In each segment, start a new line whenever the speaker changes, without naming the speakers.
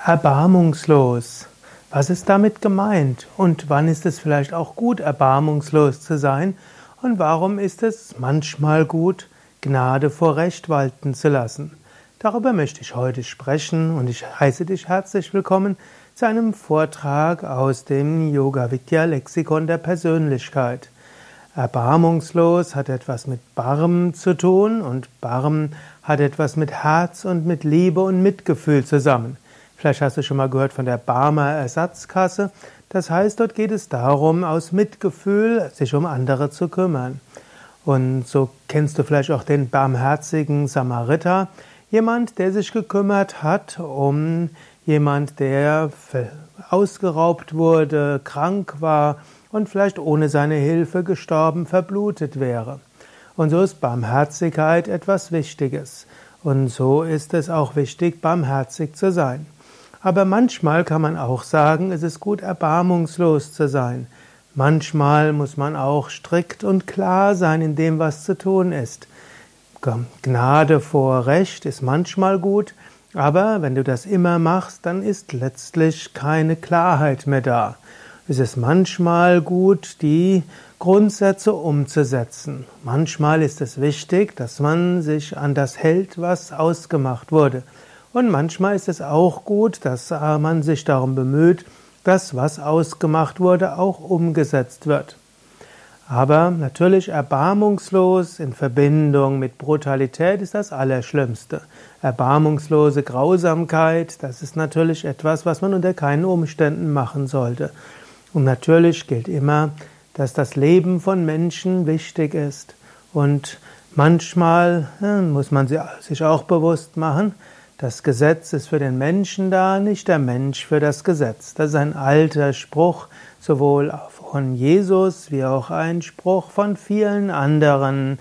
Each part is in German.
Erbarmungslos. Was ist damit gemeint? Und wann ist es vielleicht auch gut, erbarmungslos zu sein? Und warum ist es manchmal gut, Gnade vor Recht walten zu lassen? Darüber möchte ich heute sprechen und ich heiße dich herzlich willkommen zu einem Vortrag aus dem Yoga Vidya Lexikon der Persönlichkeit. Erbarmungslos hat etwas mit Barm zu tun und Barm hat etwas mit Herz und mit Liebe und Mitgefühl zusammen. Vielleicht hast du schon mal gehört von der Barmer Ersatzkasse. Das heißt, dort geht es darum, aus Mitgefühl sich um andere zu kümmern. Und so kennst du vielleicht auch den barmherzigen Samariter. Jemand, der sich gekümmert hat um jemand, der ausgeraubt wurde, krank war und vielleicht ohne seine Hilfe gestorben, verblutet wäre. Und so ist Barmherzigkeit etwas Wichtiges. Und so ist es auch wichtig, barmherzig zu sein. Aber manchmal kann man auch sagen, es ist gut, erbarmungslos zu sein. Manchmal muss man auch strikt und klar sein in dem, was zu tun ist. Gnade vor Recht ist manchmal gut, aber wenn du das immer machst, dann ist letztlich keine Klarheit mehr da. Es ist manchmal gut, die Grundsätze umzusetzen. Manchmal ist es wichtig, dass man sich an das hält, was ausgemacht wurde. Und manchmal ist es auch gut, dass man sich darum bemüht, dass was ausgemacht wurde, auch umgesetzt wird. Aber natürlich erbarmungslos in Verbindung mit Brutalität ist das Allerschlimmste. Erbarmungslose Grausamkeit, das ist natürlich etwas, was man unter keinen Umständen machen sollte. Und natürlich gilt immer, dass das Leben von Menschen wichtig ist. Und manchmal muss man sich auch bewusst machen, das Gesetz ist für den Menschen da, nicht der Mensch für das Gesetz. Das ist ein alter Spruch, sowohl von Jesus wie auch ein Spruch von vielen anderen,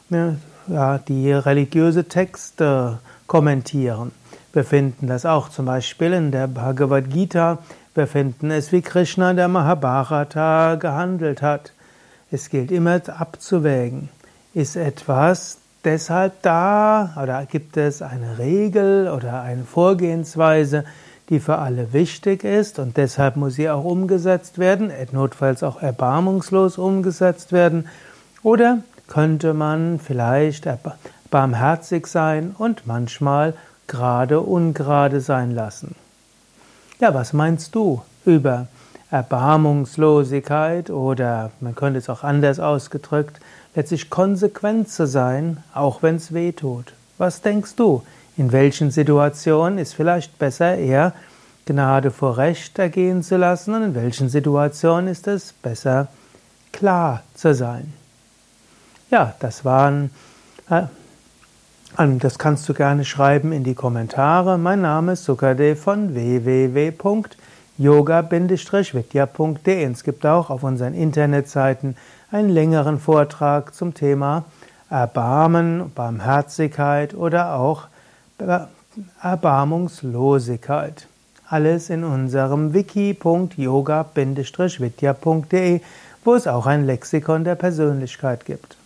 die religiöse Texte kommentieren. Wir finden das auch zum Beispiel in der Bhagavad Gita. Wir finden es, wie Krishna in der Mahabharata gehandelt hat. Es gilt immer abzuwägen. Ist etwas deshalb da oder gibt es eine Regel oder eine Vorgehensweise, die für alle wichtig ist und deshalb muss sie auch umgesetzt werden, notfalls auch erbarmungslos umgesetzt werden? Oder könnte man vielleicht barmherzig sein und manchmal gerade ungerade sein lassen? Ja, was meinst du über Erbarmungslosigkeit oder, man könnte es auch anders ausgedrückt, letztlich konsequent zu sein, auch wenn es weh tut? Was denkst du? In welchen Situationen ist vielleicht besser, eher Gnade vor Recht ergehen zu lassen und in welchen Situationen ist es besser, klar zu sein? Ja, das kannst du gerne schreiben in die Kommentare. Mein Name ist Sukadev von www.yoga-vidya.de. Es gibt auch auf unseren Internetseiten einen längeren Vortrag zum Thema Erbarmen, Barmherzigkeit oder auch Erbarmungslosigkeit. Alles in unserem wiki.yoga-vidya.de, wo es auch ein Lexikon der Persönlichkeit gibt.